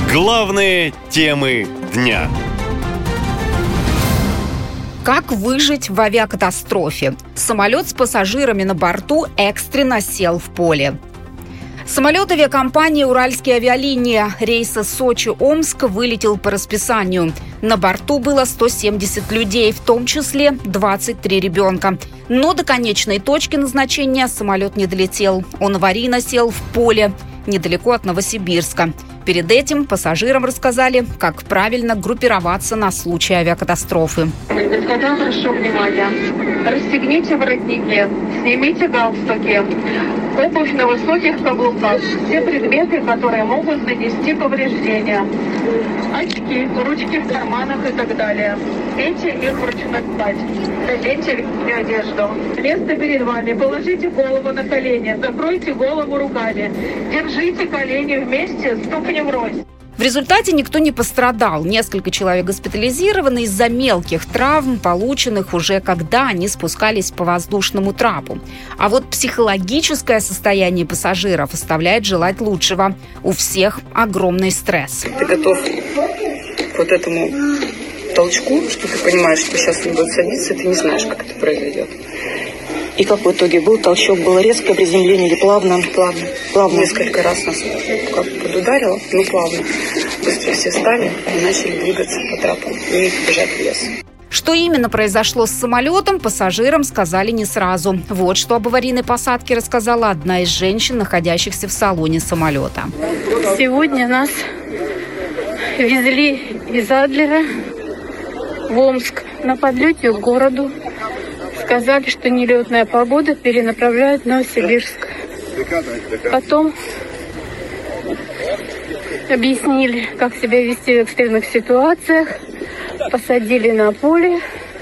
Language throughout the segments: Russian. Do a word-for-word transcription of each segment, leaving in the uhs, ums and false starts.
Главные темы дня. Как выжить в авиакатастрофе? Самолет с пассажирами на борту экстренно сел в поле. Самолет авиакомпании «Уральские авиалинии» рейса Сочи-Омск вылетел по расписанию. На борту было сто семьдесят людей, в том числе двадцать три ребенка. Но до конечной точки назначения самолет не долетел. Он аварийно сел в поле недалеко от Новосибирска. Перед этим пассажирам рассказали, как правильно группироваться на случай авиакатастрофы. Господа, прошу внимания. Расстегните воротники, снимите галстуки, обувь на высоких каблуках, все предметы, которые могут нанести повреждения. Очки, ручки в карманах и так далее. Эти их вручную кстати. Наденьте верхнюю одежду. Место перед вами. Положите голову на колени. Закройте голову руками. Держите колени вместе, ступни врозь. В результате никто не пострадал. Несколько человек госпитализированы из-за мелких травм, полученных уже когда они спускались по воздушному трапу. А вот психологическое состояние пассажиров оставляет желать лучшего. У всех огромный стресс. Ты готов к вот этому толчку, что ты понимаешь, что сейчас он будет садиться, и ты не знаешь, как это произойдет. И как в итоге был толчок, было резкое приземление или плавно? Плавно. Плавно. Несколько раз нас как подударило, но плавно. Быстро все встали и начали двигаться по трапу и бежать в лес. Что именно произошло с самолетом, пассажирам сказали не сразу. Вот что об аварийной посадке рассказала одна из женщин, находящихся в салоне самолета. Сегодня нас везли из Адлера в Омск на подлете к городу. Сказали, что нелетная погода, перенаправляют в Новосибирск. Потом объяснили, как себя вести в экстренных ситуациях. Посадили на поле.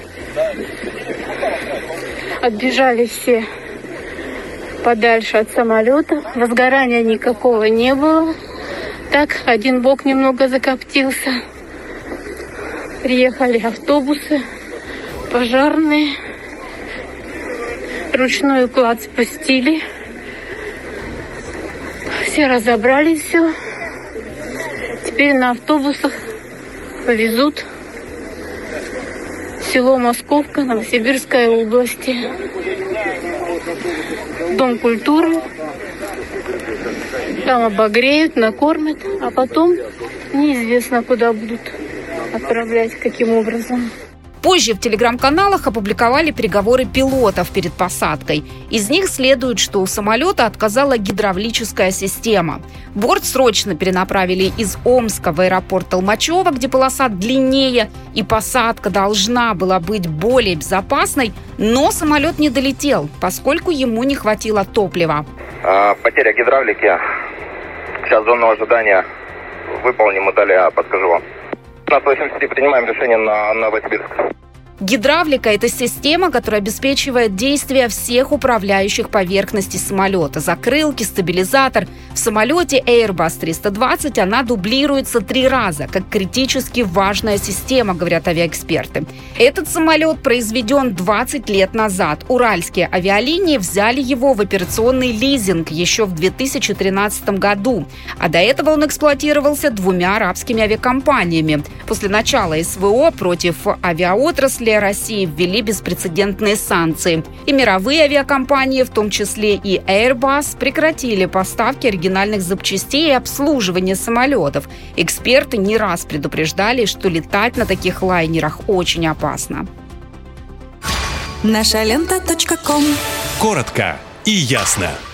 Отбежали все подальше от самолета. Возгорания никакого не было. Так, один бок немного закоптился. Приехали автобусы, пожарные. Ручной уклад спустили. Все разобрали все. Теперь на автобусах повезут в село Московка, Новосибирской области. Дом культуры. Там обогреют, накормят, а потом неизвестно, куда будут отправлять, каким образом. Позже в телеграм-каналах опубликовали переговоры пилотов перед посадкой. Из них следует, что у самолета отказала гидравлическая система. Борт срочно перенаправили из Омска в аэропорт Толмачево, где полоса длиннее, и посадка должна была быть более безопасной, но самолет не долетел, поскольку ему не хватило топлива. А, потеря гидравлики. Сейчас зону ожидания выполним, и далее подскажу вам. На восемьдесят принимаем решение на Новосибирск. Гидравлика – это система, которая обеспечивает действие всех управляющих поверхностей самолета. Закрылки, стабилизатор. В самолете Airbus триста двадцать она дублируется три раза, как критически важная система, говорят авиаэксперты. Этот самолет произведен двадцать лет назад. Уральские авиалинии взяли его в операционный лизинг еще в две тысячи тринадцатом году. А до этого он эксплуатировался двумя арабскими авиакомпаниями. После начала СВО против авиаотрасли России ввели беспрецедентные санкции. И мировые авиакомпании, в том числе и Airbus, прекратили поставки оригинальных запчастей и обслуживание самолетов. Эксперты не раз предупреждали, что летать на таких лайнерах очень опасно. наша лента точка ком. Коротко и ясно.